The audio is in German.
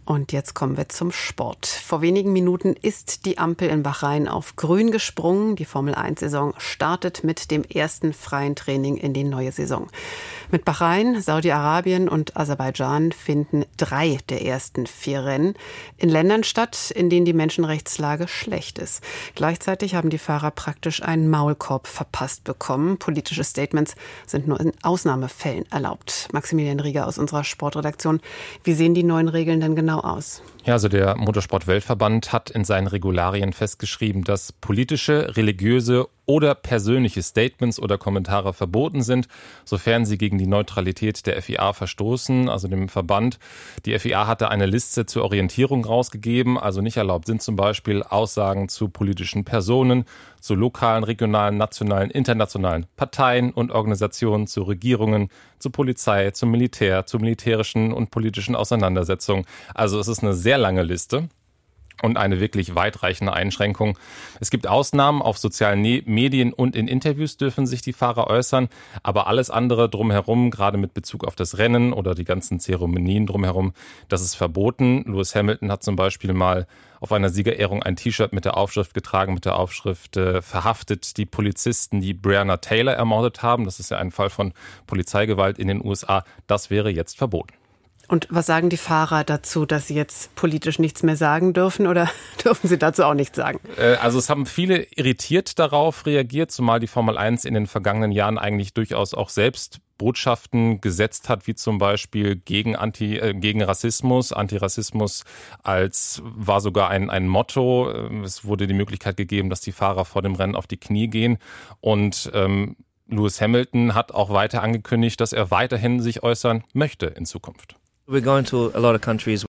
Und jetzt kommen wir zum Sport. Vor wenigen Minuten ist die Ampel in Bahrain auf grün gesprungen. Die Formel-1-Saison startet mit dem ersten freien Training in die neue Saison. Mit Bahrain, Saudi-Arabien und Aserbaidschan finden 3 der ersten 4 Rennen in Ländern statt, in denen die Menschenrechtslage schlecht ist. Gleichzeitig haben die Fahrer praktisch einen Maulkorb verpasst bekommen. Politische Statements sind nur in Ausnahmefällen erlaubt. Maximilian Rieger aus unserer Sportredaktion. Wie sehen die neuen Regeln denn genau aus? Ja, also der Motorsport-Weltverband hat in seinen Regularien festgeschrieben, dass politische, religiöse oder persönliche Statements oder Kommentare verboten sind, sofern sie gegen die Neutralität der FIA verstoßen, also dem Verband. Die FIA hatte eine Liste zur Orientierung rausgegeben, also nicht erlaubt sind zum Beispiel Aussagen zu politischen Personen, zu lokalen, regionalen, nationalen, internationalen Parteien und Organisationen, zu Regierungen, zur Polizei, zum Militär, zu militärischen und politischen Auseinandersetzungen. Also es ist eine sehr lange Liste. Und eine wirklich weitreichende Einschränkung. Es gibt Ausnahmen, auf sozialen Medien und in Interviews dürfen sich die Fahrer äußern, aber alles andere drumherum, gerade mit Bezug auf das Rennen oder die ganzen Zeremonien drumherum, das ist verboten. Lewis Hamilton hat zum Beispiel mal auf einer Siegerehrung ein T-Shirt mit der Aufschrift getragen, mit der Aufschrift verhaftet die Polizisten, die Breonna Taylor ermordet haben. Das ist ja ein Fall von Polizeigewalt in den USA. Das wäre jetzt verboten. Und was sagen die Fahrer dazu, dass sie jetzt politisch nichts mehr sagen dürfen, oder dürfen sie dazu auch nichts sagen? Also es haben viele irritiert darauf reagiert, zumal die Formel 1 in den vergangenen Jahren eigentlich durchaus auch selbst Botschaften gesetzt hat, wie zum Beispiel gegen Rassismus. Antirassismus war sogar ein Motto. Es wurde die Möglichkeit gegeben, dass die Fahrer vor dem Rennen auf die Knie gehen. Und Lewis Hamilton hat auch weiter angekündigt, dass er weiterhin sich äußern möchte in Zukunft. We're going to a lot of countries